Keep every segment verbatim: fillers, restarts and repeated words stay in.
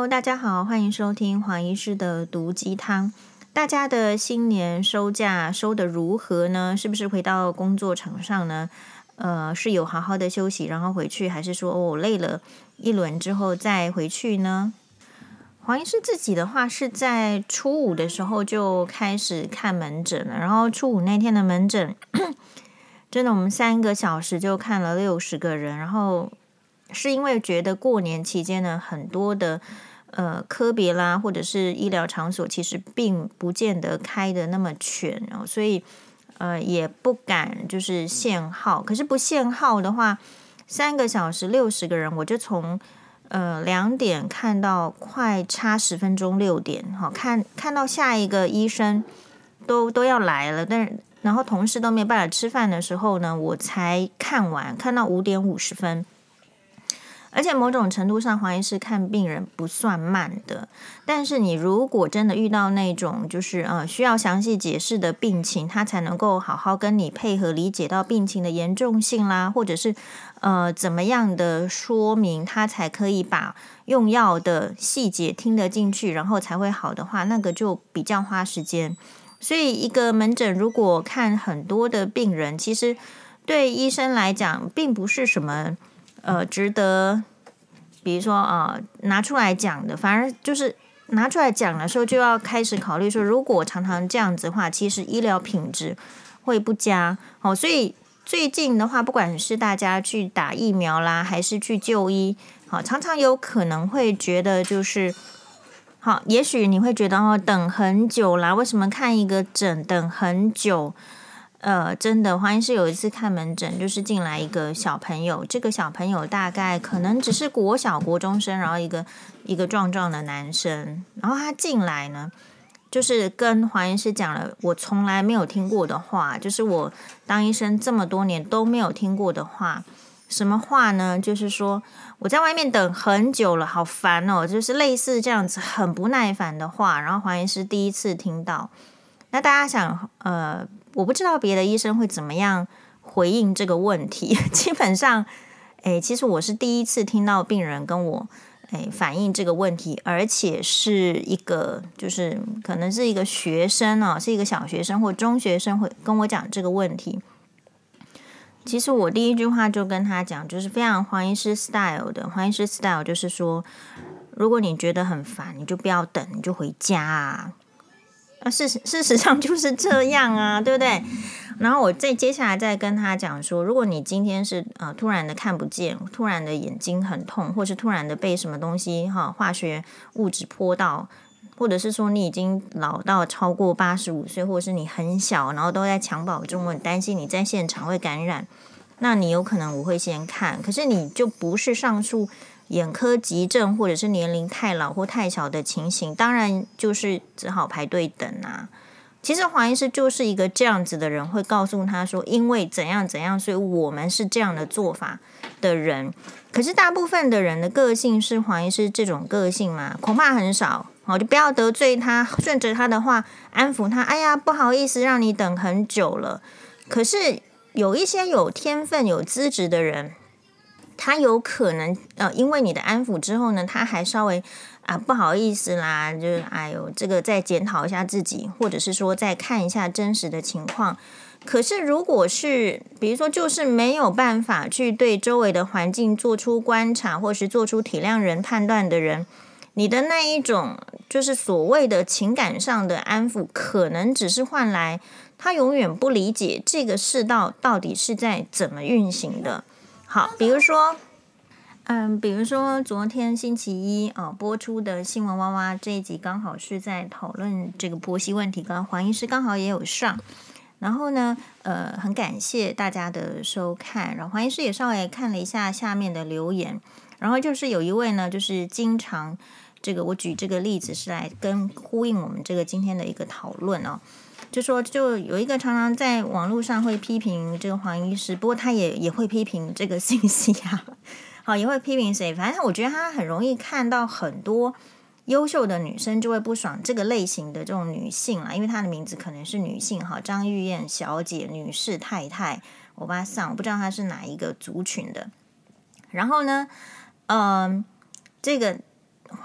Hello， 大家好，欢迎收听黄医师的毒鸡汤。大家的新年收假收得如何呢？是不是回到工作场上呢？呃，是有好好的休息，然后回去，还是说哦累了一轮之后再回去呢？黄医师自己的话是在初五的时候就开始看门诊了，然后初五那天的门诊，真的我们三个小时就看了六十个人，然后是因为觉得过年期间呢，很多的呃科别啦，或者是医疗场所，其实并不见得开的那么全哦，所以呃也不敢就是限号。可是不限号的话，三个小时六十个人，我就从呃两点看到快差十分钟六点，好、哦、看看到下一个医生都都要来了，但是然后同事都没有办法吃饭的时候呢，我才看完，看到五点五十分。而且某种程度上，黄医师看病人不算慢的，但是你如果真的遇到那种就是呃需要详细解释的病情，他才能够好好跟你配合理解到病情的严重性啦，或者是呃怎么样的说明，他才可以把用药的细节听得进去，然后才会好的话，那个就比较花时间。所以一个门诊如果看很多的病人，其实对医生来讲并不是什么呃，值得，比如说啊、呃，拿出来讲的，反而就是拿出来讲的时候，就要开始考虑说，如果常常这样子的话，其实医疗品质会不佳。哦，所以最近的话，不管是大家去打疫苗啦，还是去就医，好，常常有可能会觉得就是，好，也许你会觉得哦，等很久啦，为什么看一个诊等很久？呃，真的，黄医师有一次看门诊，就是进来一个小朋友，这个小朋友大概可能只是国小国中生，然后一个一个壮壮的男生，然后他进来呢，就是跟黄医师讲了我从来没有听过的话，就是我当医生这么多年都没有听过的话。什么话呢？就是说我在外面等很久了，好烦哦，就是类似这样子很不耐烦的话，然后黄医师第一次听到。那大家想，呃，我不知道别的医生会怎么样回应这个问题。基本上，诶，其实我是第一次听到病人跟我诶反映这个问题，而且是一个就是可能是一个学生哦，是一个小学生或中学生会跟我讲这个问题。其实我第一句话就跟他讲，就是非常黄医师 style 的，黄医师 style 就是说，如果你觉得很烦，你就不要等，你就回家啊。啊，事实事实上就是这样啊，对不对？然后我再接下来再跟他讲说，如果你今天是呃突然的看不见，突然的眼睛很痛，或是突然的被什么东西哈化学物质泼到，或者是说你已经老到超过八十五岁，或者是你很小，然后都在襁褓中，我很担心你在现场会感染，那你有可能我会先看，可是你就不是上述眼科急症或者是年龄太老或太小的情形，当然就是只好排队等啊。其实黄医师就是一个这样子的人，会告诉他说因为怎样怎样，所以我们是这样的做法的人。可是大部分的人的个性是黄医师这种个性嘛？恐怕很少。好，就不要得罪他，顺着他的话安抚他，哎呀不好意思让你等很久了。可是有一些有天分有资质的人，他有可能呃，因为你的安抚之后呢，他还稍微啊不好意思啦，就是哎呦，这个再检讨一下自己，或者是说再看一下真实的情况。可是如果是比如说就是没有办法去对周围的环境做出观察，或是做出体谅人判断的人，你的那一种就是所谓的情感上的安抚，可能只是换来他永远不理解这个世道到底是在怎么运行的。好，比如说，嗯，比如说昨天星期一哦播出的新闻娃娃这一集，刚好是在讨论这个婆媳问题，跟黄医师刚好也有上。然后呢，呃，很感谢大家的收看，然后黄医师也稍微看了一下下面的留言，然后就是有一位呢，就是经常这个我举这个例子是来跟呼应我们这个今天的一个讨论哦。就说就有一个常常在网络上会批评这个黄医师，不过他也也会批评这个信息啊，好也会批评谁，反正我觉得他很容易看到很多优秀的女生就会不爽这个类型的这种女性啦，因为她的名字可能是女性哈，张玉燕小姐、女士、太太、欧巴桑，我不知道她是哪一个族群的。然后呢，嗯，这个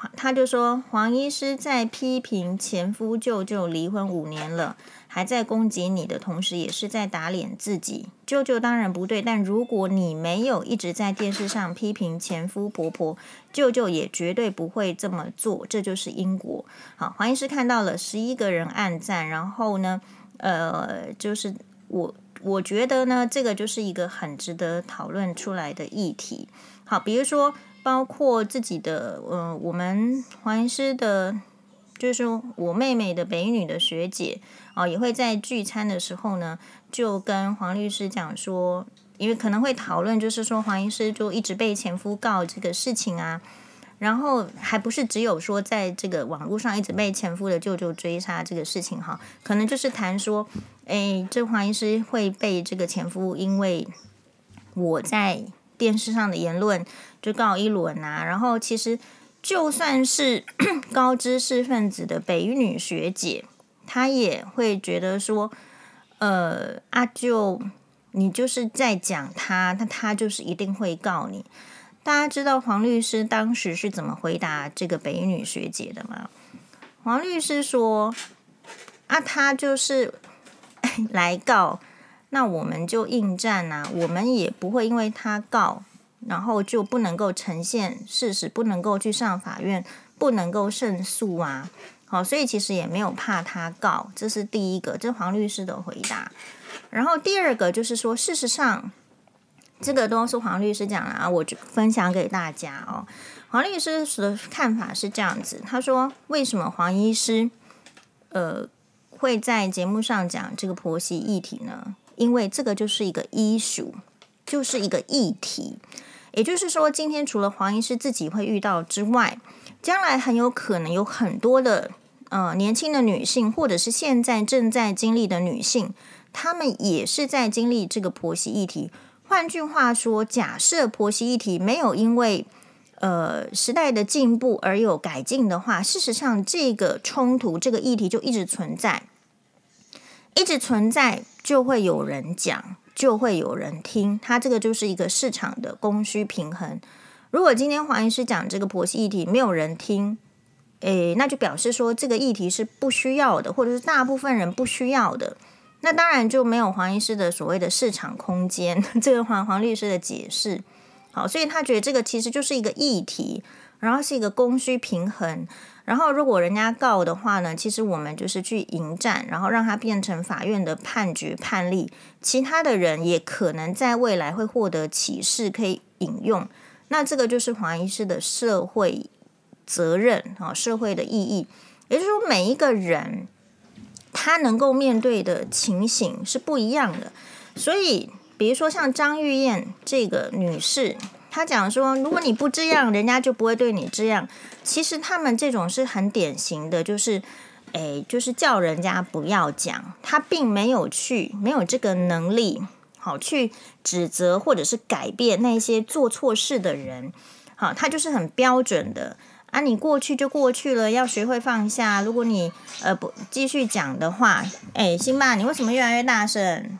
他就说黄医师在批评前夫舅舅离婚五年了，还在攻击你的同时，也是在打脸自己。舅舅当然不对，但如果你没有一直在电视上批评前夫婆婆，舅舅也绝对不会这么做，这就是因果。好，黄医师看到了十一个人按赞，然后呢，呃，就是我我觉得呢，这个就是一个很值得讨论出来的议题。好，比如说包括自己的，呃，我们黄医师的，就是说我妹妹的北女的学姐哦，也会在聚餐的时候呢，就跟黄律师讲说，因为可能会讨论，就是说黄医师就一直被前夫告这个事情啊，然后还不是只有说在这个网络上一直被前夫的舅舅追杀这个事情哈，可能就是谈说，哎，这黄医师会被这个前夫因为我在电视上的言论就告一轮啊，然后其实就算是高知识分子的北一女学姐，她也会觉得说，呃，啊就你就是在讲他，那他就是一定会告你。大家知道黄律师当时是怎么回答这个北一女学姐的吗？黄律师说，啊，他就是来告。那我们就应战啊，我们也不会因为他告，然后就不能够呈现事实，不能够去上法院，不能够胜诉啊。好，所以其实也没有怕他告，这是第一个，这是黄律师的回答。然后第二个就是说，事实上这个都是黄律师讲的啊，我就分享给大家哦。黄律师的看法是这样子，他说为什么黄医师呃会在节目上讲这个婆媳议题呢？因为这个就是一个issue，就是一个议题。也就是说，今天除了黄医师自己会遇到之外，将来很有可能有很多的呃年轻的女性，或者是现在正在经历的女性，她们也是在经历这个婆媳议题。换句话说，假设婆媳议题没有因为呃时代的进步而有改进的话，事实上这个冲突这个议题就一直存在。一直存在，就会有人讲，就会有人听，它这个就是一个市场的供需平衡。如果今天黄医师讲这个婆媳议题没有人听，诶，那就表示说这个议题是不需要的，或者是大部分人不需要的，那当然就没有黄医师的所谓的市场空间，这个黄黄律师的解释。好，所以他觉得这个其实就是一个议题，然后是一个供需平衡。然后如果人家告的话呢，其实我们就是去迎战，然后让它变成法院的判决判例，其他的人也可能在未来会获得启示可以引用。那这个就是黄医师的社会责任，社会的意义。也就是说每一个人他能够面对的情形是不一样的。所以比如说像张玉燕这个女士，他讲说，如果你不这样，人家就不会对你这样。其实他们这种是很典型的，就是诶，就是叫人家不要讲，他并没有去没有这个能力好去指责或者是改变那些做错事的人。好，他就是很标准的啊，你过去就过去了，要学会放下。如果你呃不继续讲的话，诶，辛巴，你为什么越来越大声？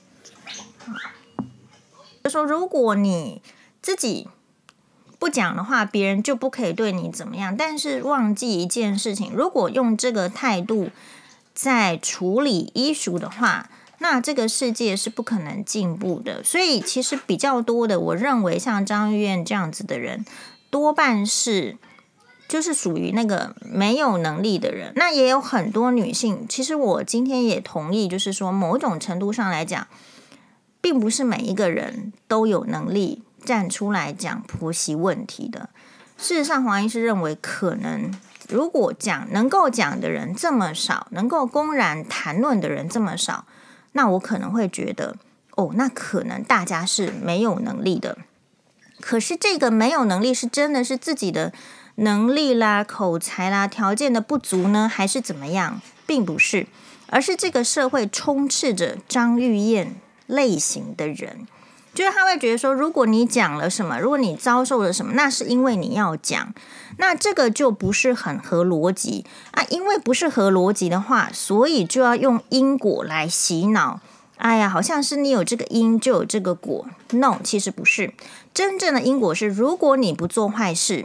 就说如果你自己不讲的话，别人就不可以对你怎么样。但是忘记一件事情，如果用这个态度在处理issue的话，那这个世界是不可能进步的。所以其实比较多的，我认为像张玉燕这样子的人，多半是就是属于那个没有能力的人。那也有很多女性，其实我今天也同意，就是说某种程度上来讲，并不是每一个人都有能力站出来讲婆媳问题的。事实上，黄医师认为，可能如果讲能够讲的人这么少，能够公然谈论的人这么少，那我可能会觉得，哦，那可能大家是没有能力的。可是这个没有能力是真的是自己的能力啦、口才啦、条件的不足呢，还是怎么样？并不是，而是这个社会充斥着张玉燕类型的人，就是他会觉得说，如果你讲了什么，如果你遭受了什么，那是因为你要讲，那这个就不是很合逻辑啊。因为不是合逻辑的话，所以就要用因果来洗脑。哎呀，好像是你有这个因就有这个果。No， 其实不是。真正的因果是，如果你不做坏事，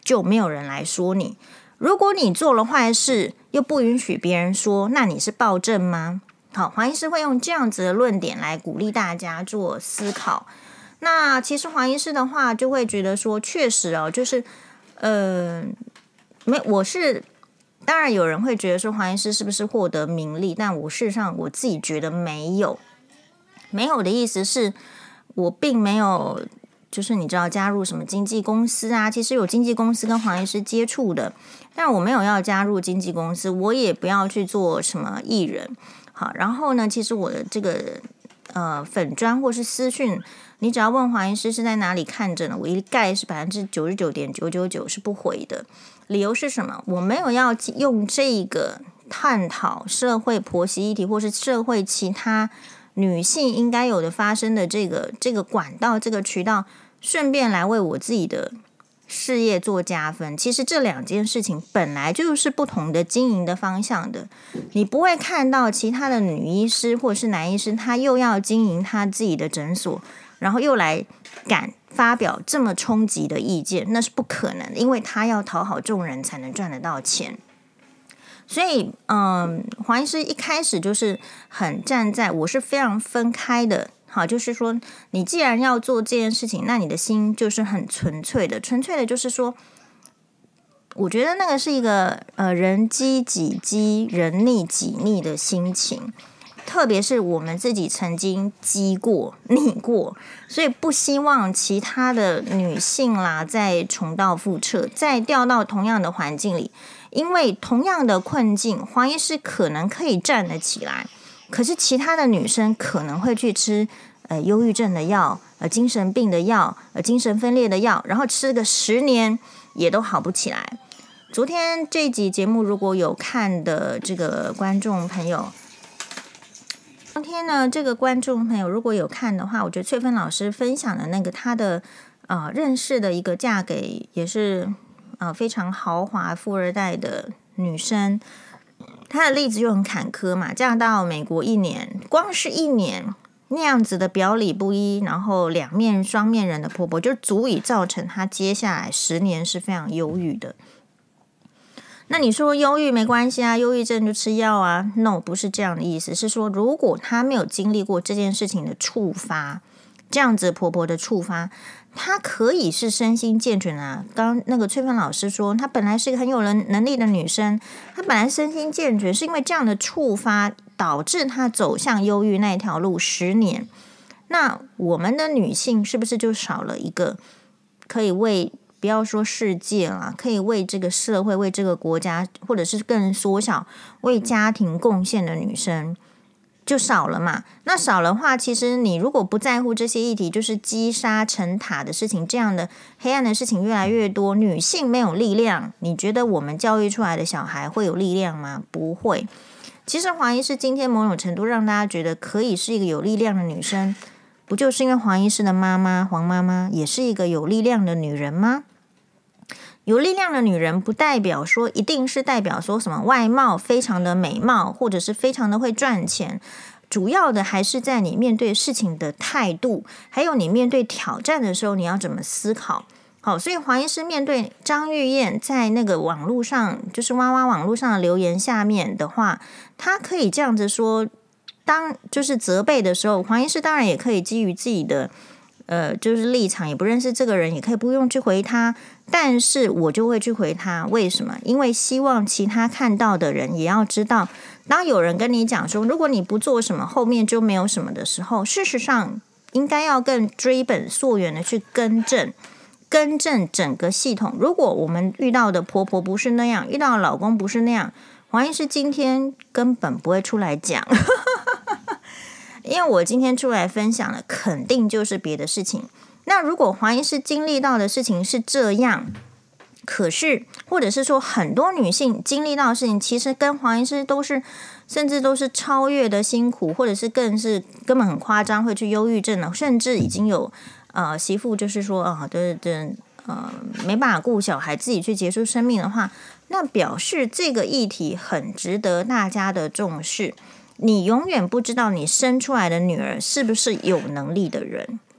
就没有人来说你。如果你做了坏事，又不允许别人说，那你是暴政吗？好，黄医师会用这样子的论点来鼓励大家做思考。那其实黄医师的话，就会觉得说，确实哦，就是，呃，没，我是。当然有人会觉得说黄医师是不是获得名利，但我事实上我自己觉得没有。没有的意思是我并没有就是你知道加入什么经纪公司啊，其实有经纪公司跟黄医师接触的，但我没有要加入经纪公司，我也不要去做什么艺人。好，然后呢，其实我的这个呃粉专或是私讯，你只要问黄医师是在哪里看着呢，我一概是百分之九十九点九九九是不回的。理由是什么？我没有要用这个探讨社会婆媳议题，或是社会其他女性应该有的发生的这个这个管道、这个渠道，顺便来为我自己的事业做加分。其实这两件事情本来就是不同的经营的方向的。你不会看到其他的女医师或是男医师，他又要经营他自己的诊所，然后又来敢发表这么冲击的意见，那是不可能的，因为他要讨好众人才能赚得到钱。所以，嗯，黄医师一开始就是很站在我是非常分开的，好，就是说，你既然要做这件事情，那你的心就是很纯粹的，纯粹的，就是说，我觉得那个是一个呃人激己激，人逆己逆的心情。特别是我们自己曾经激过、逆过，所以不希望其他的女性啦再重蹈覆辙，再掉到同样的环境里。因为同样的困境，黄医师可能可以站得起来，可是其他的女生可能会去吃呃忧郁症的药、呃精神病的药、呃精神分裂的药，然后吃个十年也都好不起来。昨天这集节目如果有看的这个观众朋友。今天呢，这个观众朋友如果有看的话，我觉得翠芬老师分享的那个她的呃认识的一个嫁给也是呃非常豪华富二代的女生，她的例子就很坎坷嘛，嫁到美国一年，光是一年那样子的表里不一，然后两面双面人的婆婆，就足以造成她接下来十年是非常忧郁的。那你说忧郁没关系啊，忧郁症就吃药啊 ？No， 不是这样的意思，是说如果她没有经历过这件事情的触发，这样子婆婆的触发，她可以是身心健全啊。刚刚那个翠芬老师说，她本来是一个很有能能力的女生，她本来身心健全，是因为这样的触发导致她走向忧郁那一条路十年。那我们的女性是不是就少了一个可以为？不要说世界啦，可以为这个社会、为这个国家，或者是更缩小为家庭贡献的女生就少了嘛？那少的话，其实你如果不在乎这些议题，就是积沙成塔的事情，这样的黑暗的事情越来越多，女性没有力量，你觉得我们教育出来的小孩会有力量吗？不会。其实黄医师今天某种程度让大家觉得可以是一个有力量的女生，不就是因为黄医师的妈妈黄妈妈也是一个有力量的女人吗？有力量的女人不代表说一定是代表说什么外貌非常的美貌，或者是非常的会赚钱，主要的还是在你面对事情的态度，还有你面对挑战的时候你要怎么思考。好，所以黄医师面对张玉燕在那个网络上，就是哇哇网络上的留言下面的话，他可以这样子说，当就是责备的时候，黄医师当然也可以基于自己的呃，就是立场，也不认识这个人，也可以不用去回他，但是我就会去回他。为什么？因为希望其他看到的人也要知道，当有人跟你讲说，如果你不做什么，后面就没有什么的时候，事实上应该要更追本溯源的去更正，更正整个系统。如果我们遇到的婆婆不是那样，遇到的老公不是那样，黄医师今天根本不会出来讲。因为我今天出来分享的肯定就是别的事情。那如果黄医师经历到的事情是这样，可是或者是说很多女性经历到的事情其实跟黄医师都是甚至都是超越的辛苦，或者是更是根本很夸张会去忧郁症了，甚至已经有呃媳妇就是说啊对对呃没办法顾小孩自己去结束生命的话，那表示这个议题很值得大家的重视。你永远不知道你生出来的女儿是不是有能力的人，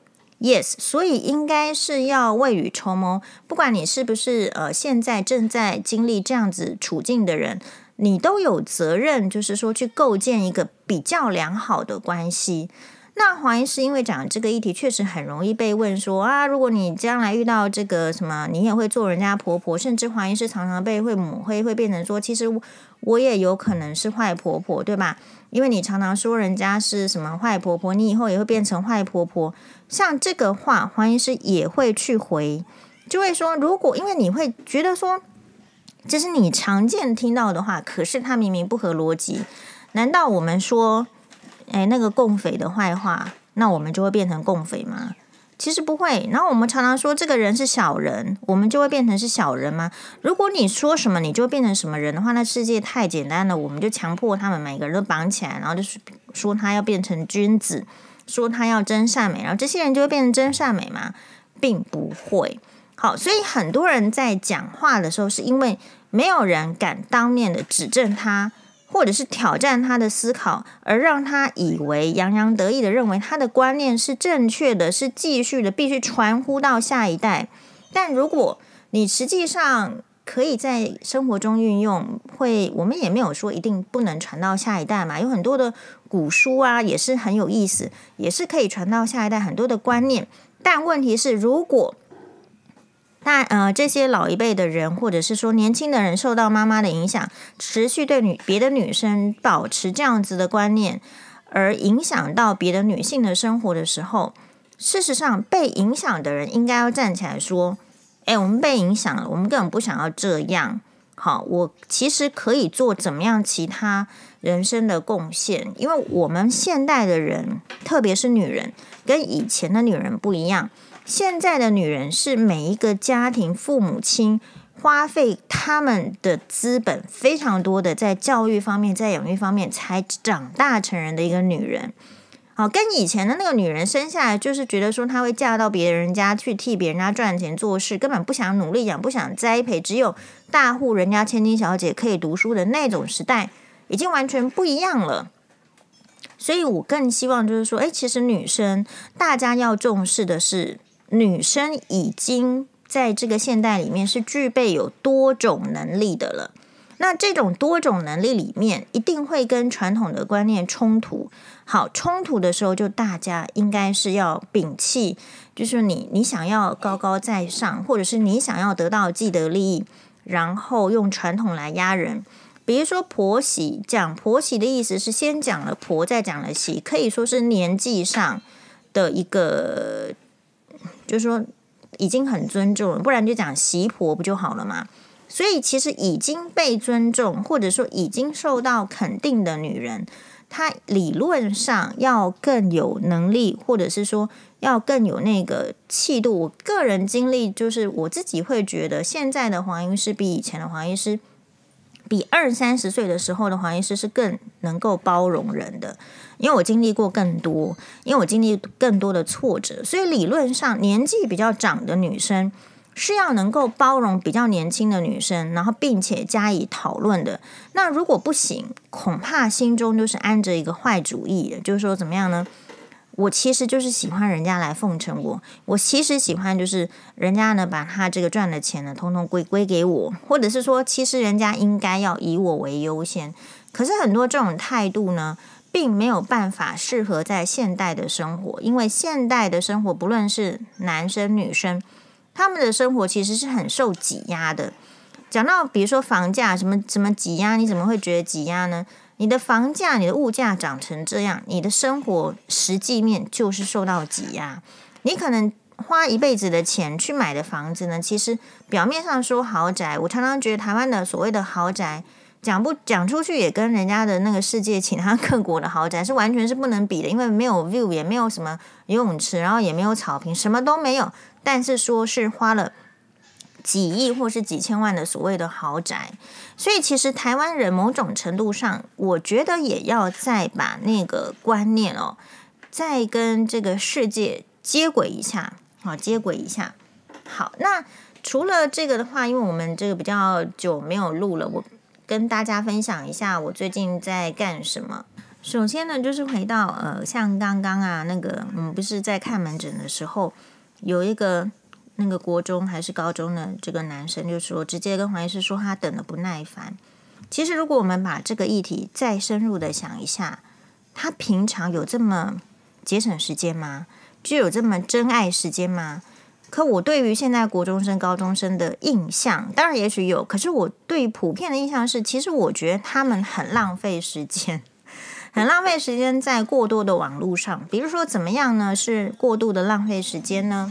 Yes， 所以应该是要未雨绸缪。不管你是不是呃现在正在经历这样子处境的人，你都有责任，就是说去构建一个比较良好的关系。那黄医师因为讲这个议题，确实很容易被问说啊，如果你将来遇到这个什么，你也会做人家婆婆，甚至黄医师常常被会抹黑，会变成说，其实我也有可能是坏婆婆，对吧？因为你常常说人家是什么坏婆婆，你以后也会变成坏婆婆。像这个话，黄医师也会去回，就会说，如果因为你会觉得说，这是你常见听到的话，可是它明明不合逻辑。难道我们说，哎，那个共匪的坏话，那我们就会变成共匪吗？其实不会。然后我们常常说这个人是小人，我们就会变成是小人吗？如果你说什么你就变成什么人的话，那世界太简单了，我们就强迫他们每个人都绑起来，然后就说他要变成君子，说他要真善美，然后这些人就会变成真善美吗？并不会。好，所以很多人在讲话的时候，是因为没有人敢当面的指正他，或者是挑战他的思考，而让他以为洋洋得意的认为他的观念是正确的，是继续的，必须传呼到下一代。但如果你实际上可以在生活中运用，会我们也没有说一定不能传到下一代嘛，有很多的古书啊也是很有意思，也是可以传到下一代很多的观念。但问题是，如果那呃，这些老一辈的人，或者是说年轻的人，受到妈妈的影响，持续对女别的女生保持这样子的观念，而影响到别的女性的生活的时候，事实上被影响的人应该要站起来说：“哎，我们被影响了，我们根本不想要这样。好，我其实可以做怎么样其他人生的贡献，因为我们现代的人，特别是女人，跟以前的女人不一样。”现在的女人是每一个家庭父母亲花费他们的资本非常多的，在教育方面，在养育方面才长大成人的一个女人。好，跟以前的那个女人生下来就是觉得说她会嫁到别人家去替别人家赚钱做事，根本不想努力养，不想栽培，只有大户人家千金小姐可以读书的那种时代，已经完全不一样了。所以我更希望就是说，哎，其实女生大家要重视的是，女生已经在这个现代里面是具备有多种能力的了。那这种多种能力里面，一定会跟传统的观念冲突。好，冲突的时候，就大家应该是要摒弃，就是你你想要高高在上，或者是你想要得到既得利益，然后用传统来压人。比如说婆媳，讲婆媳的意思是先讲了婆，再讲了媳，可以说是年纪上的一个，就是说已经很尊重了，不然就讲媳婆不就好了嘛？所以其实已经被尊重，或者说已经受到肯定的女人，她理论上要更有能力，或者是说要更有那个气度。我个人经历就是我自己会觉得，现在的黄医师比以前的黄医师，比二三十岁的时候的黄医师是更能够包容人的。因为我经历过更多，因为我经历更多的挫折，所以理论上年纪比较长的女生是要能够包容比较年轻的女生，然后并且加以讨论的。那如果不行，恐怕心中就是安着一个坏主意的，就是说怎么样呢？我其实就是喜欢人家来奉承我，我其实喜欢就是人家呢把他这个赚的钱呢通通归归给我，或者是说其实人家应该要以我为优先。可是很多这种态度呢，并没有办法适合在现代的生活，因为现代的生活不论是男生女生，他们的生活其实是很受挤压的。讲到比如说房价什么什么挤压，你怎么会觉得挤压呢？你的房价你的物价涨成这样，你的生活实际面就是受到挤压。你可能花一辈子的钱去买的房子呢，其实表面上说豪宅，我常常觉得台湾的所谓的豪宅讲不讲出去也跟人家的那个世界其他各国的豪宅是完全是不能比的，因为没有 view， 也没有什么游泳池，然后也没有草坪，什么都没有，但是说是花了几亿或是几千万的所谓的豪宅。所以其实台湾人某种程度上，我觉得也要再把那个观念哦，再跟这个世界接轨一下，好，接轨一下。好，那除了这个的话，因为我们这个比较久没有录了，我跟大家分享一下我最近在干什么。 首先呢，就是回到呃，像刚刚啊，那个嗯，不是在看门诊的时候，有一个那个国中还是高中的这个男生就说，直接跟黄医师说他等得不耐烦。其实如果我们把这个议题再深入的想一下，他平常有这么节省时间吗？就有这么珍爱时间吗？可我对于现在国中生、高中生的印象，当然也许有，可是我对于普遍的印象是，其实我觉得他们很浪费时间，很浪费时间在过多的网络上。比如说怎么样呢？是过度的浪费时间呢？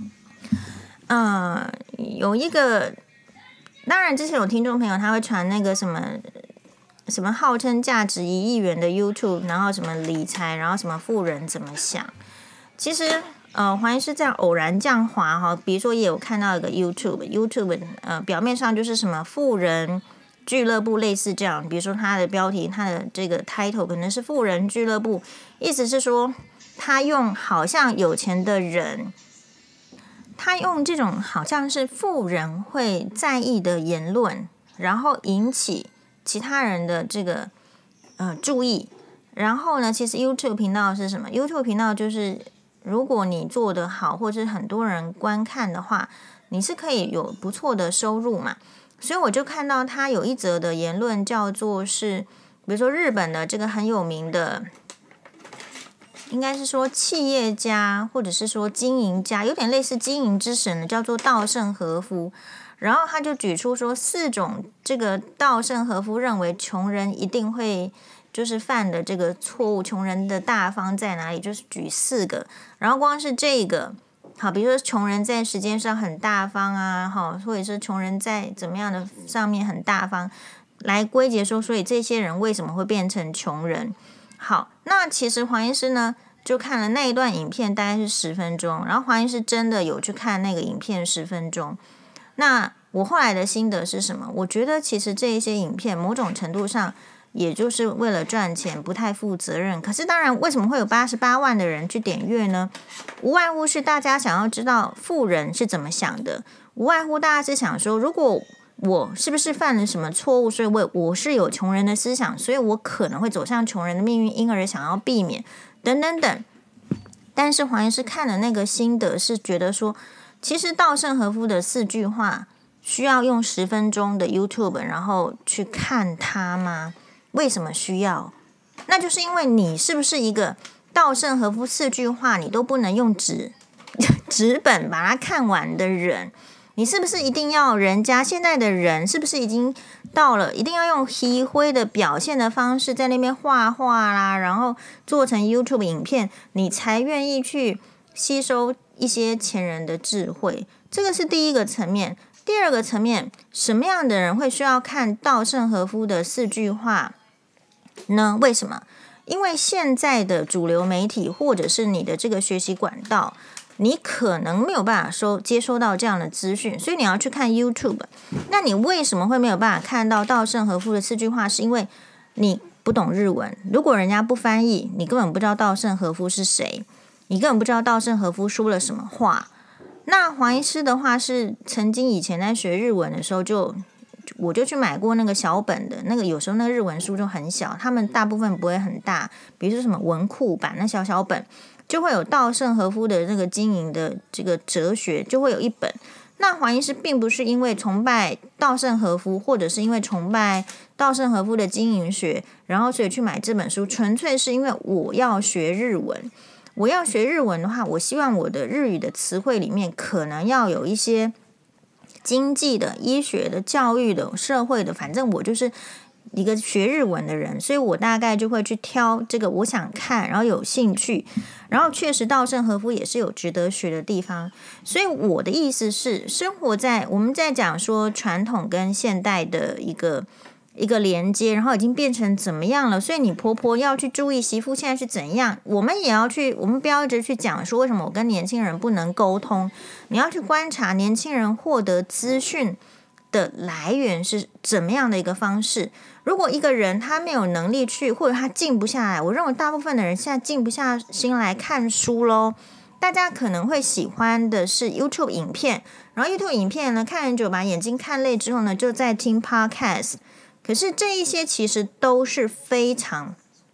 呃，有一个，当然之前有听众朋友他会传那个什么什么号称价值一亿元的 YouTube， 然后什么理财，然后什么富人怎么想，其实。呃，黄医师这样偶然这样滑哈，比如说也有看到一个 YouTube，YouTube 呃表面上就是什么富人俱乐部类似这样，比如说它的标题，它的这个 title 可能是富人俱乐部，意思是说他用好像有钱的人，他用这种好像是富人会在意的言论，然后引起其他人的这个呃注意，然后呢，其实 YouTube 频道是什么 ？YouTube 频道就是。如果你做得好，或者是很多人观看的话，你是可以有不错的收入嘛。所以我就看到他有一则的言论叫做是，比如说日本的这个很有名的，应该是说企业家或者是说经营家，有点类似经营之神的，叫做稻盛和夫。然后他就举出说四种这个稻盛和夫认为穷人一定会。就是犯的这个错误，穷人的大方在哪里？就是举四个，然后光是这个，好，比如说穷人在时间上很大方啊，哈，或者是穷人在怎么样的上面很大方，来归结说，所以这些人为什么会变成穷人？好，那其实黄医师呢，就看了那一段影片，大概是十分钟，然后黄医师真的有去看那个影片十分钟。那我后来的心得是什么？我觉得其实这一些影片某种程度上。也就是为了赚钱，不太负责任。可是当然，为什么会有八十八万的人去点阅呢？无外乎是大家想要知道富人是怎么想的，无外乎大家是想说，如果我是不是犯了什么错误，所以我我是有穷人的思想，所以我可能会走向穷人的命运，因而想要避免等等等。但是黄医师看的那个心得是觉得说，其实稻盛和夫的四句话需要用十分钟的 YouTube 然后去看它吗？为什么需要？那就是因为你是不是一个稻盛和夫四句话你都不能用纸纸本把它看完的人？你是不是一定要人家现在的人是不是已经到了一定要用黑灰的表现的方式在那边画画啦，然后做成 YouTube 影片，你才愿意去吸收一些前人的智慧？这个是第一个层面。第二个层面，什么样的人会需要看稻盛和夫的四句话呢？为什么？因为现在的主流媒体或者是你的这个学习管道，你可能没有办法收接收到这样的资讯，所以你要去看 YouTube。那你为什么会没有办法看到稻盛和夫的四句话？是因为你不懂日文，如果人家不翻译，你根本不知道稻盛和夫是谁，你根本不知道稻盛和夫说了什么话。那黄医师的话是曾经以前在学日文的时候就我就去买过那个小本的那个，有时候那个日文书就很小，他们大部分不会很大，比如说什么文库版那小小本就会有稻盛和夫的那个经营的这个哲学，就会有一本。那黄医师并不是因为崇拜稻盛和夫，或者是因为崇拜稻盛和夫的经营学，然后所以去买这本书，纯粹是因为我要学日文。我要学日文的话，我希望我的日语的词汇里面可能要有一些经济的、医学的、教育的、社会的，反正我就是一个学日文的人，所以我大概就会去挑这个我想看，然后有兴趣，然后确实稻盛和夫也是有值得学的地方。所以我的意思是，生活在我们在讲说传统跟现代的一个一个连接，然后已经变成怎么样了，所以你婆婆要去注意媳妇现在是怎样，我们也要去，我们不要一直去讲说为什么我跟年轻人不能沟通，你要去观察年轻人获得资讯的来源是怎么样的一个方式。如果一个人他没有能力去，或者他静不下来，我认为大部分的人现在静不下心来看书咯。大家可能会喜欢的是 YouTube 影片，然后 YouTube 影片呢看很久把眼睛看累之后呢就在听 Podcast， 可是这一些其实都是非常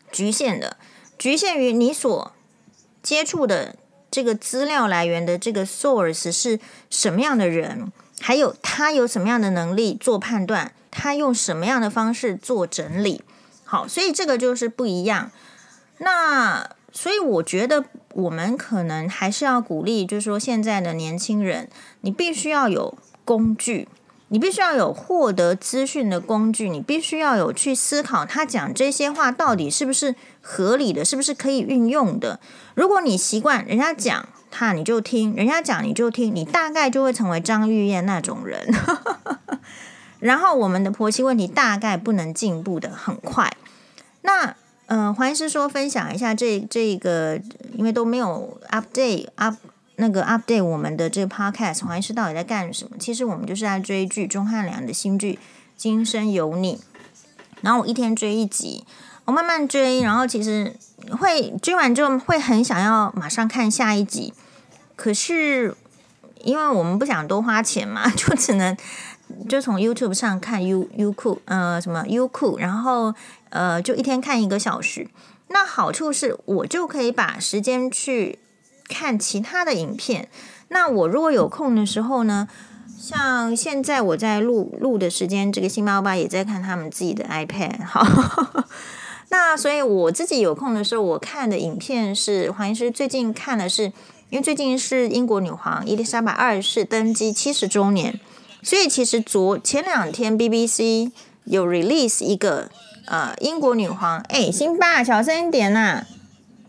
局限的，局限于你所接触的这个资料来源的这个 source 是什么样的人，还有他有什么样的能力做判断，他用什么样的方式做整理。好，所以这个就是不一样。那所以我觉得我们可能还是要鼓励，就是说现在的年轻人，你必须要有工具，你必须要有获得资讯的工具，你必须要有去思考他讲这些话到底是不是合理的，是不是可以运用的。如果你习惯人家讲他你就听，人家讲你就听，你大概就会成为张玉燕那种人然后我们的婆媳问题大概不能进步的很快。那呃，黄医师说分享一下这这个，因为都没有 update up 那个 update 我们的这个 podcast， 黄医师到底在干什么？其实我们就是在追剧，钟汉良的新剧《今生有你》，然后我一天追一集，我慢慢追，然后其实会追完之后会很想要马上看下一集，可是因为我们不想多花钱嘛，就只能就从 YouTube 上看 U U 酷呃什么 U 酷，然后呃就一天看一个小时。那好处是我就可以把时间去看其他的影片。那我如果有空的时候呢，像现在我在录录的时间，这个新妈爸也在看他们自己的 iPad。好，那所以我自己有空的时候，我看的影片是黄医师最近看的是，因为最近是英国女皇伊丽莎白二世登基七十周年。所以其实昨前两天 B B C 有 release 一个呃英国女皇，哎，辛巴小声一点呐、啊，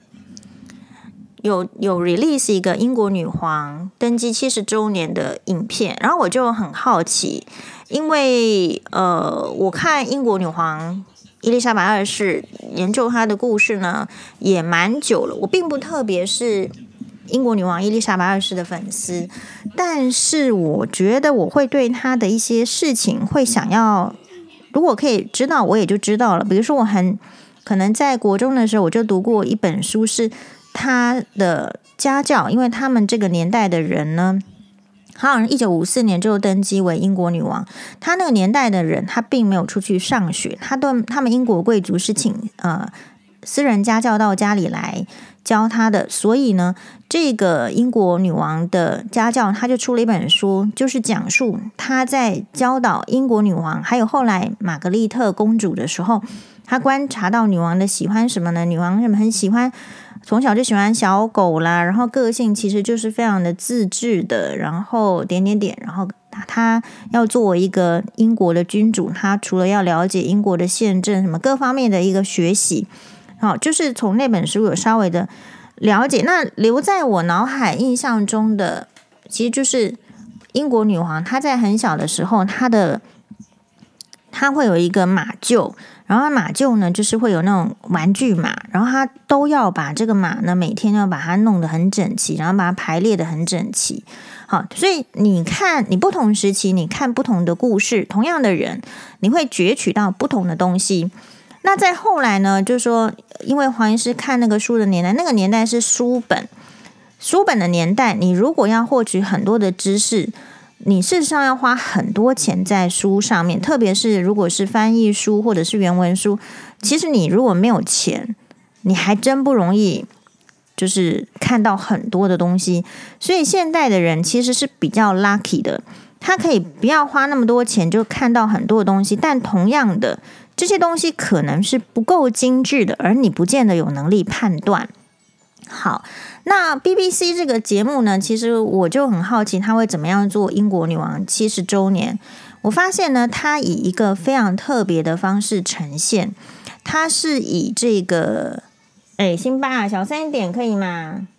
有有 release 一个英国女皇登基七十周年的影片，然后我就很好奇，因为呃我看英国女皇伊丽莎白二世研究她的故事呢也蛮久了，我并不特别是英国女王伊丽莎白二世的粉丝，但是我觉得我会对她的一些事情会想要，如果可以知道我也就知道了。比如说我很可能在国中的时候我就读过一本书，是她的家教，因为他们这个年代的人呢，好像一九五四年就登基为英国女王，她那个年代的人他并没有出去上学，他都他们英国贵族是请呃私人家教到家里来教他的，所以呢这个英国女王的家教他就出了一本书，就是讲述他在教导英国女王还有后来玛格丽特公主的时候，他观察到女王的喜欢什么呢？女王很喜欢从小就喜欢小狗啦，然后个性其实就是非常的自制的，然后点点点，然后他要作为一个英国的君主，他除了要了解英国的宪政什么各方面的一个学习，好，就是从那本书有稍微的了解。那留在我脑海印象中的其实就是英国女皇她在很小的时候，她的她会有一个马厩，然后马厩呢就是会有那种玩具马，然后她都要把这个马呢每天要把它弄得很整齐，然后把它排列得很整齐。好，所以你看你不同时期你看不同的故事，同样的人你会攫取到不同的东西。那在后来呢，就是说因为黄医师看那个书的年代，那个年代是书本书本的年代，你如果要获取很多的知识，你事实上要花很多钱在书上面，特别是如果是翻译书或者是原文书，其实你如果没有钱，你还真不容易就是看到很多的东西。所以现代的人其实是比较 lucky 的，他可以不要花那么多钱就看到很多的东西，但同样的这些东西可能是不够精致的，而你不见得有能力判断。好，那 B B C 这个节目呢，其实我就很好奇他会怎么样做英国女王七十周年。我发现呢，他以一个非常特别的方式呈现，他是以这个哎，辛巴小声一点可以吗？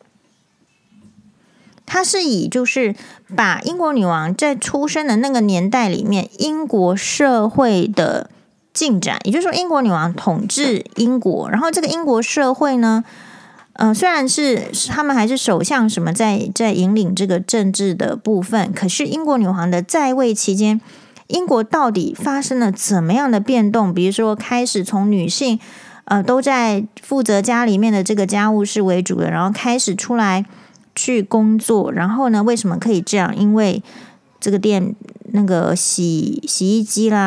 他是以就是把英国女王在出生的那个年代里面英国社会的进展，也就是说英国女王统治英国，然后这个英国社会呢呃，虽然是他们还是首相什么在在引领这个政治的部分，可是英国女皇的在位期间，英国到底发生了怎么样的变动？比如说开始从女性呃都在负责家里面的这个家务事为主的，然后开始出来去工作，然后呢为什么可以这样？因为这个店那个洗洗衣机啦，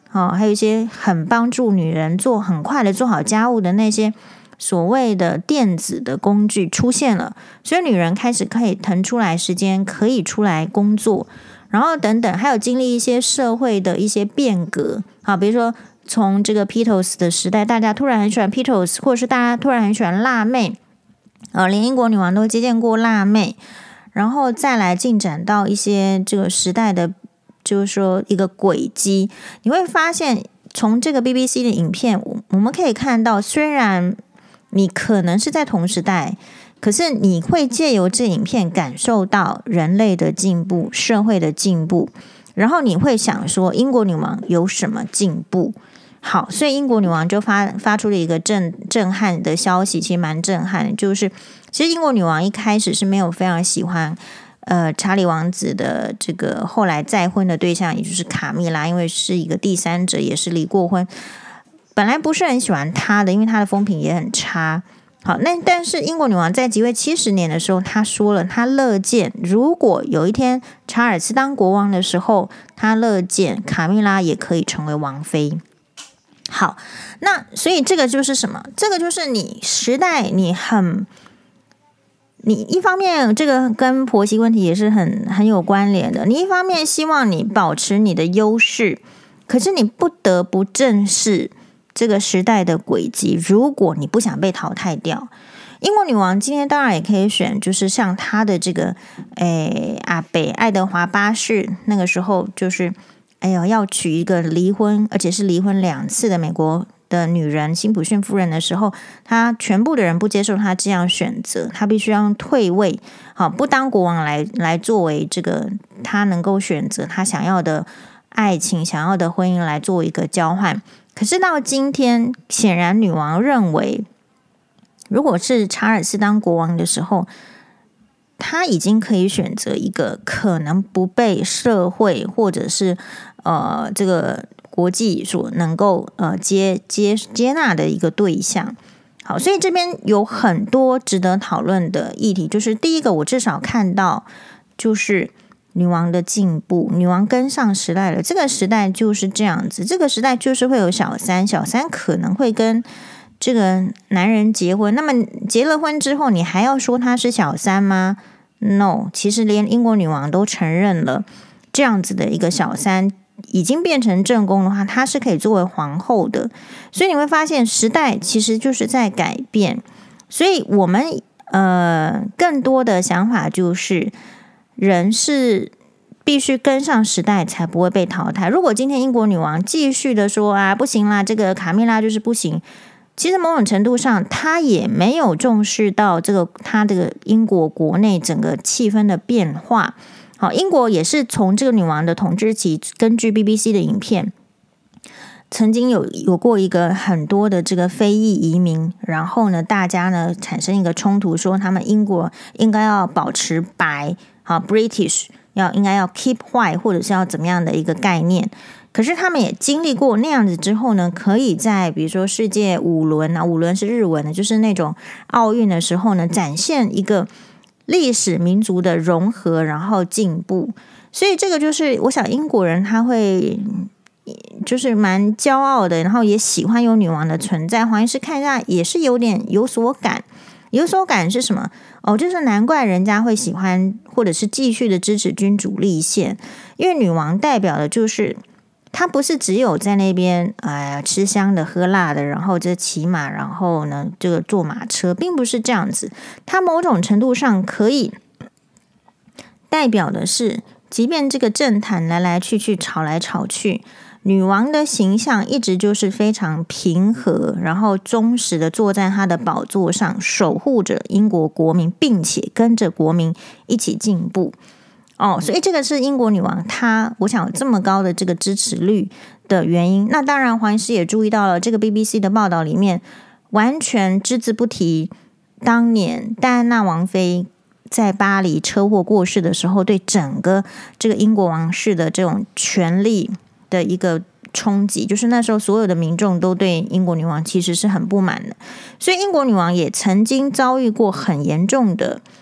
哦，还有一些很帮助女人做很快的做好家务的那些所谓的电子的工具出现了，所以女人开始可以腾出来时间，可以出来工作，然后等等，还有经历一些社会的一些变革，好，比如说从这个 Beatles 的时代，大家突然很喜欢 Beatles， 或者是大家突然很喜欢辣妹，呃，连英国女王都接见过辣妹，然后再来进展到一些这个时代的，就是说一个轨迹，你会发现从这个 B B C 的影片，我们可以看到，虽然你可能是在同时代，可是你会借由这影片感受到人类的进步、社会的进步，然后你会想说英国女王有什么进步？好，所以英国女王就发发出了一个震震撼的消息，其实蛮震撼的，就是其实英国女王一开始是没有非常喜欢呃查理王子的这个后来再婚的对象，也就是卡蜜拉，因为是一个第三者，也是离过婚，本来不是很喜欢他的，因为他的风评也很差。好，那但是英国女王在即位七十年的时候，她说了，她乐见如果有一天查尔斯当国王的时候，她乐见卡蜜拉也可以成为王妃。好，那所以这个就是什么？这个就是你时代，你很，你一方面这个跟婆媳问题也是很很有关联的。你一方面希望你保持你的优势，可是你不得不正视这个时代的轨迹。如果你不想被淘汰掉，英国女王今天当然也可以选，就是像她的这个诶阿北爱德华八世，那个时候就是。哎呦，要娶一个离婚，而且是离婚两次的美国的女人辛普逊夫人的时候，她全部的人不接受她这样选择，她必须要退位，好，不当国王来来作为这个她能够选择她想要的爱情、想要的婚姻来做一个交换。可是到今天，显然女王认为，如果是查尔斯当国王的时候，他已经可以选择一个可能不被社会或者是呃这个国际所能够呃接接接纳的一个对象。好，所以这边有很多值得讨论的议题，就是第一个，我至少看到就是女王的进步，女王跟上时代了。这个时代就是这样子，这个时代就是会有小三，小三可能会跟这个男人结婚，那么结了婚之后，你还要说他是小三吗？ No， 其实连英国女王都承认了，这样子的一个小三已经变成正宫的话，她是可以作为皇后的。所以你会发现时代其实就是在改变，所以我们呃更多的想法就是人是必须跟上时代才不会被淘汰。如果今天英国女王继续的说啊不行啦，这个卡蜜拉就是不行，其实某种程度上她也没有重视到这个她这个英国国内整个气氛的变化。好，英国也是从这个女王的统治期，根据 B B C 的影片，曾经有有过一个很多的这个非裔移民，然后呢，大家呢产生一个冲突，说他们英国应该要保持白，好 British 要应该要 keep white， 或者是要怎么样的一个概念。可是他们也经历过那样子之后呢，可以在比如说世界五轮啊，五轮是日文的，就是那种奥运的时候呢，展现一个历史民族的融合，然后进步。所以这个就是我想英国人他会就是蛮骄傲的，然后也喜欢有女王的存在。黄医师看一下也是有点有所感，有所感是什么？哦，就是难怪人家会喜欢或者是继续的支持君主立宪，因为女王代表的就是她不是只有在那边哎呀吃香的喝辣的，然后这骑马，然后呢这个坐马车，并不是这样子。她某种程度上可以代表的是，即便这个政坛来来去去吵来吵去，女王的形象一直就是非常平和，然后忠实的坐在她的宝座上，守护着英国国民，并且跟着国民一起进步。哦，所以这个是英国女王她我想有这么高的这个支持率的原因。那当然黄医师也注意到了，这个 B B C 的报道里面完全只字不提当年戴安娜王妃在巴黎车祸过世的时候，对整个这个英国王室的这种权力的一个冲击，就是那时候所有的民众都对英国女王其实是很不满的。所以英国女王也曾经遭遇过很严重的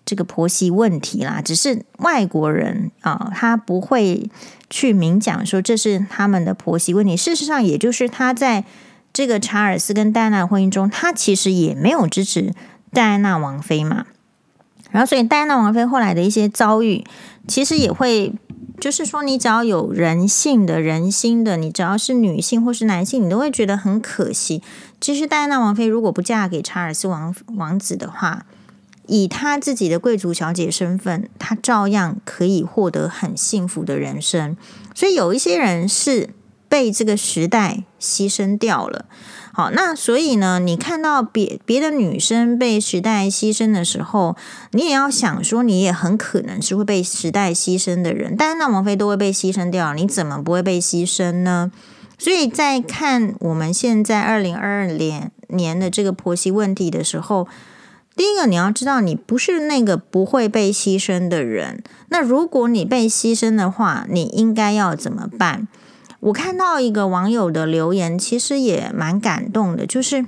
这个婆媳问题啦，只是外国人啊，他不会去明讲说这是他们的婆媳问题。事实上，也就是他在这个查尔斯跟戴安娜婚姻中，他其实也没有支持戴安娜王妃嘛。然后，所以戴安娜王妃后来的一些遭遇，其实也会，就是说，你只要有人性的人心的，你只要是女性或是男性，你都会觉得很可惜。其实戴安娜王妃如果不嫁给查尔斯王王子的话，以她自己的贵族小姐身份，她照样可以获得很幸福的人生。所以有一些人是被这个时代牺牲掉了。好，那所以呢，你看到别别的女生被时代牺牲的时候，你也要想说，你也很可能是会被时代牺牲的人。但是那王妃都会被牺牲掉，你怎么不会被牺牲呢？所以在看我们现在二零二二年年的这个婆媳问题的时候，第一个你要知道，你不是那个不会被牺牲的人。那如果你被牺牲的话，你应该要怎么办？我看到一个网友的留言，其实也蛮感动的，就是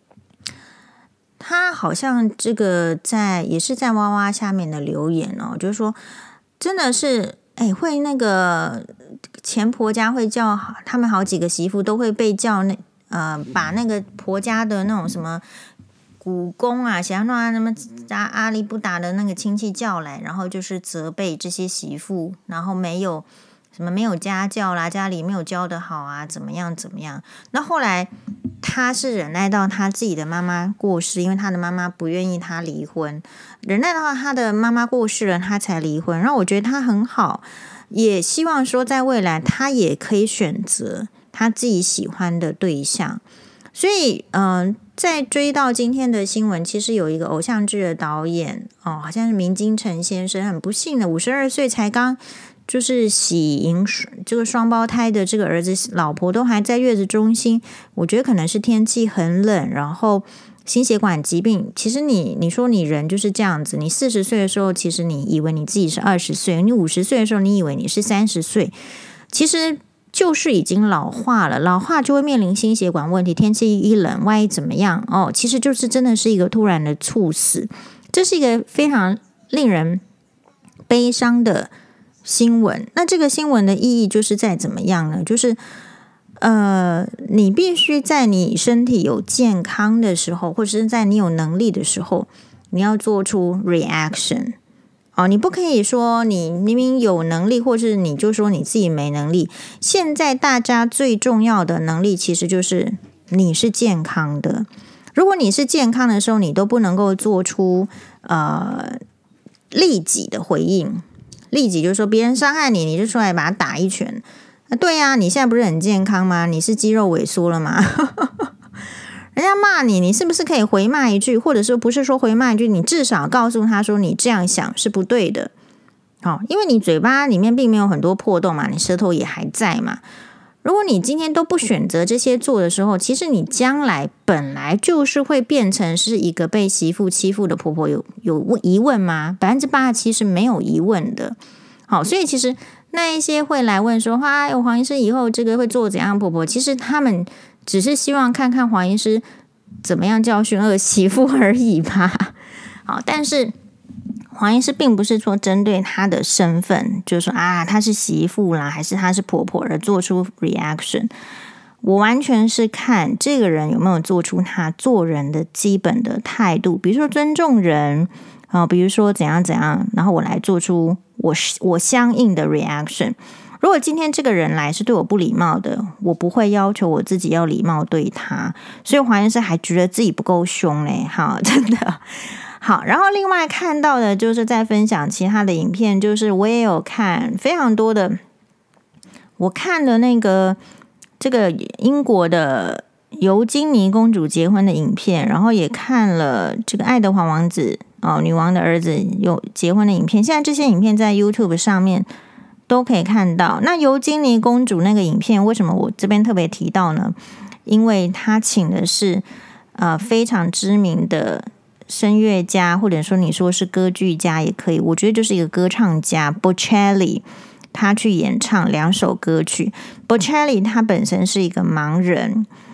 他好像这个在也是在娃娃下面的留言哦，就是说真的是哎，会那个前婆家会叫他们好几个媳妇都会被叫那呃把那个婆家的那种什么古公啊、想要那么阿阿里不达的那个亲戚叫来，然后就是责备这些媳妇，然后没有。什么没有家教啦，家里没有教得好啊，怎么样怎么样？那后来他是忍耐到他自己的妈妈过世，因为他的妈妈不愿意他离婚，忍耐到他的妈妈过世了，他才离婚。然后我觉得他很好，也希望说在未来他也可以选择他自己喜欢的对象。所以，嗯、呃，在追到今天的新闻，其实有一个偶像剧的导演哦，好像是明金城先生，很不幸的五十二岁才刚。就是喜迎这个双胞胎的这个儿子，老婆都还在月子中心。我觉得可能是天气很冷，然后心血管疾病。其实你你说你人就是这样子，你四十岁的时候，其实你以为你自己是二十岁；你五十岁的时候，你以为你是三十岁。其实就是已经老化了，老化就会面临心血管问题。天气一冷，万一怎么样哦？其实就是真的是一个突然的猝死，这是一个非常令人悲伤的。新闻，那这个新闻的意义就是在怎么样呢？就是呃，你必须在你身体有健康的时候，或者是在你有能力的时候，你要做出 reaction 哦，你不可以说你明明有能力，或是你就说你自己没能力。现在大家最重要的能力其实就是你是健康的。如果你是健康的时候，你都不能够做出呃利己的回应。利己就是说别人伤害你，你就出来把他打一拳。啊、对呀、啊，你现在不是很健康吗？你是肌肉萎缩了吗？人家骂你，你是不是可以回骂一句，或者说不是说回骂一句，你至少告诉他说你这样想是不对的。好、哦，因为你嘴巴里面并没有很多破洞嘛，你舌头也还在嘛。如果你今天都不选择这些做的时候，其实你将来本来就是会变成是一个被媳妇欺负的婆婆。有有疑问吗？百分之八十七是没有疑问的。好，所以其实那一些会来问说，哇，有黄医师以后这个会做怎样婆婆？其实他们只是希望看看黄医师怎么样教训儿媳妇而已吧。好，但是黄医师并不是说针对她的身份，就是说啊，她是媳妇啦，还是她是婆婆而做出 reaction。我完全是看这个人有没有做出他做人的基本的态度，比如说尊重人啊、呃，比如说怎样怎样，然后我来做出我我相应的 reaction。如果今天这个人来是对我不礼貌的，我不会要求我自己要礼貌对他。所以黄医师还觉得自己不够凶嘞，哈，真的。好，然后另外看到的就是在分享其他的影片，就是我也有看非常多的，我看了那个这个英国的尤金妮公主结婚的影片，然后也看了这个爱德华王子哦女王的儿子有结婚的影片。现在这些影片在 YouTube 上面都可以看到。那尤金妮公主那个影片为什么我这边特别提到呢？因为她请的是呃非常知名的声乐家，或者说你说是歌剧家也可以，我觉得就是一个歌唱家 Bocelli， 他去演唱两首歌曲。Bocelli 他本身是一个盲人，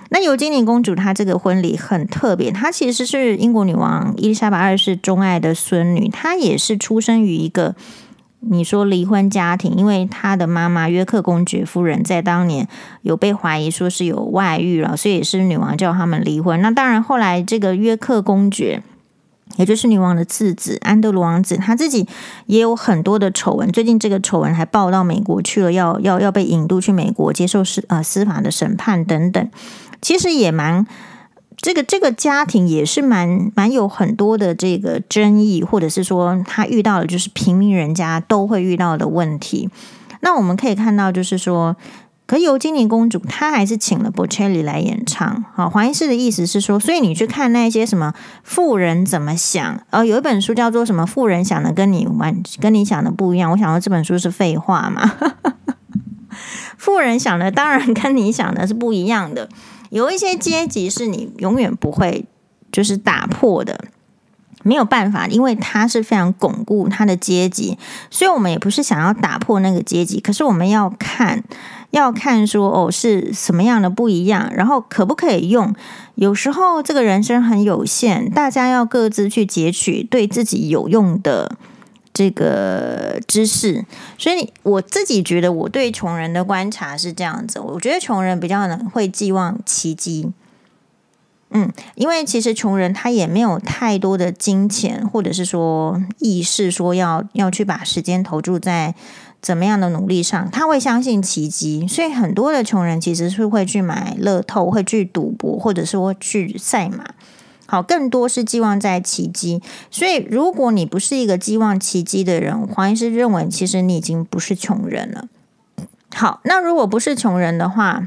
那尤金妮公主她这个婚礼很特别，她其实是英国女王伊丽莎白二世钟爱的孙女，她也是出生于一个你说离婚家庭，因为她的妈妈约克公爵夫人在当年有被怀疑说是有外遇了，所以也是女王叫他们离婚。那当然后来这个约克公爵也就是女王的次子安德鲁王子，他自己也有很多的丑闻，最近这个丑闻还报到美国去了，要要要被引渡去美国接受司呃司法的审判等等。其实也蛮这个这个家庭也是蛮蛮有很多的这个争议，或者是说他遇到的就是平民人家都会遇到的问题。那我们可以看到就是说，可尤金妮公主她还是请了 Bocelli 来演唱。好，黄医师的意思是说，所以你去看那些什么富人怎么想，呃，有一本书叫做什么富人想的跟你完跟你想的不一样，我想说这本书是废话嘛富人想的当然跟你想的是不一样的，有一些阶级是你永远不会就是打破的，没有办法，因为它是非常巩固它的阶级，所以我们也不是想要打破那个阶级，可是我们要看要看说哦是什么样的不一样，然后可不可以用。有时候这个人生很有限，大家要各自去截取对自己有用的这个知识。所以我自己觉得我对穷人的观察是这样子，我觉得穷人比较能会寄望奇迹。嗯，因为其实穷人他也没有太多的金钱，或者是说意识说要要去把时间投注在怎么样的努力上，他会相信奇迹，所以很多的穷人其实是会去买乐透，会去赌博，或者是会去赛马。好，更多是寄望在奇迹。所以如果你不是一个寄望奇迹的人，黄医师认为其实你已经不是穷人了。好，那如果不是穷人的话，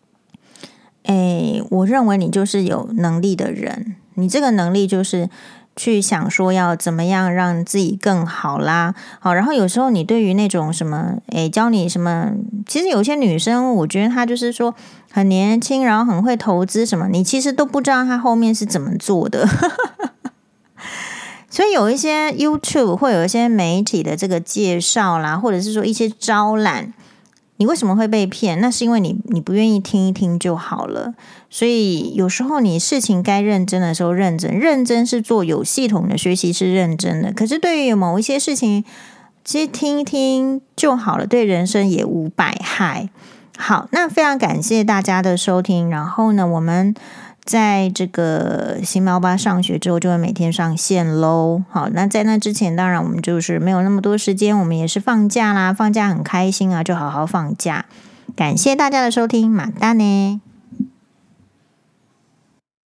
诶，我认为你就是有能力的人，你这个能力就是去想说要怎么样让自己更好啦。好，然后有时候你对于那种什么，诶，教你什么，其实有些女生，我觉得她就是说很年轻，然后很会投资什么，你其实都不知道她后面是怎么做的。所以有一些 YouTube 会有一些媒体的这个介绍啦，或者是说一些招揽。你为什么会被骗？那是因为你你不愿意听一听就好了。所以有时候你事情该认真的时候认真，认真是做有系统的学习是认真的。可是对于某一些事情，其实听一听就好了，对人生也无百害。好，那非常感谢大家的收听。然后呢，我们在这个新猫吧上学之后就会每天上线咯。好，那在那之前当然我们就是没有那么多时间，我们也是放假啦，放假很开心啊，就好好放假。感谢大家的收听，马达呢。